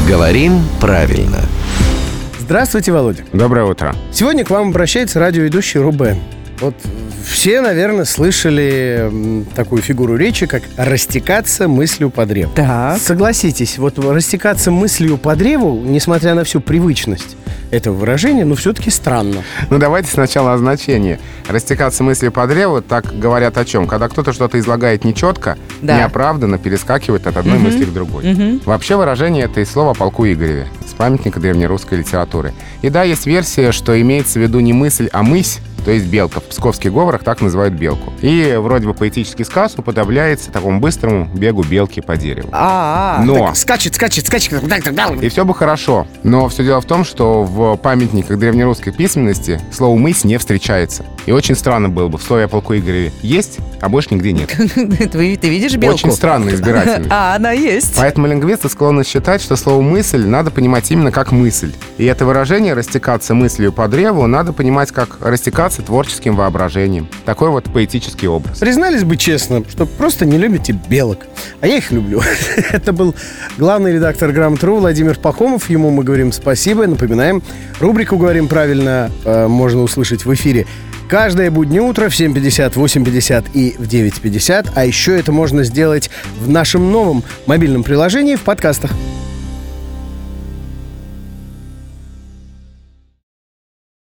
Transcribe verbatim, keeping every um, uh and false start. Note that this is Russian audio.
Говорим правильно. Здравствуйте, Володя. Доброе утро. Сегодня к вам обращается радиоведущий Рубен. Вот все, наверное, слышали такую фигуру речи, как «растекаться мыслью по древу». Так. Согласитесь, вот растекаться мыслью по древу, несмотря на всю привычность этого выражения, ну, все-таки странно. Ну, давайте сначала о значении. Растекаться мыслью по древу, так говорят о чем? Когда кто-то что-то излагает нечетко, Да. неоправданно перескакивает от одной Мгм. мысли к другой. Мгм. Вообще выражение это из слова о полку Игореве, с памятника древнерусской литературы. И да, есть версия, что имеется в виду не мысль, а мысь, то есть белка. В псковских говорах так называют белку. И вроде бы поэтический сказ уподобляется такому быстрому бегу белки по дереву. А, Но... Так, скачет, скачет, скачет. И все бы хорошо, но все дело в том, что в памятниках древнерусской письменности слово «мысь» не встречается. И очень странно было бы в слове о полку Игореве есть, а больше нигде нет. Ты, ты видишь белку? Очень странная избирательность. А, она есть. Поэтому лингвисты склонны считать, что слово «мысль» надо понимать именно как мысль. И это выражение «растекаться мыслью по древу» надо понимать как «растекаться творческим воображением». Такой вот поэтический образ. Признались бы честно, что просто не любите белок. А я их люблю. Это был главный редактор «Грамоты.ру» Владимир Пахомов. Ему мы говорим спасибо. Напоминаем, рубрику «Говорим правильно» э, можно услышать в эфире каждое буднее утро в семь пятьдесят, восемь пятьдесят и в девять пятьдесят. А еще это можно сделать в нашем новом мобильном приложении в подкастах.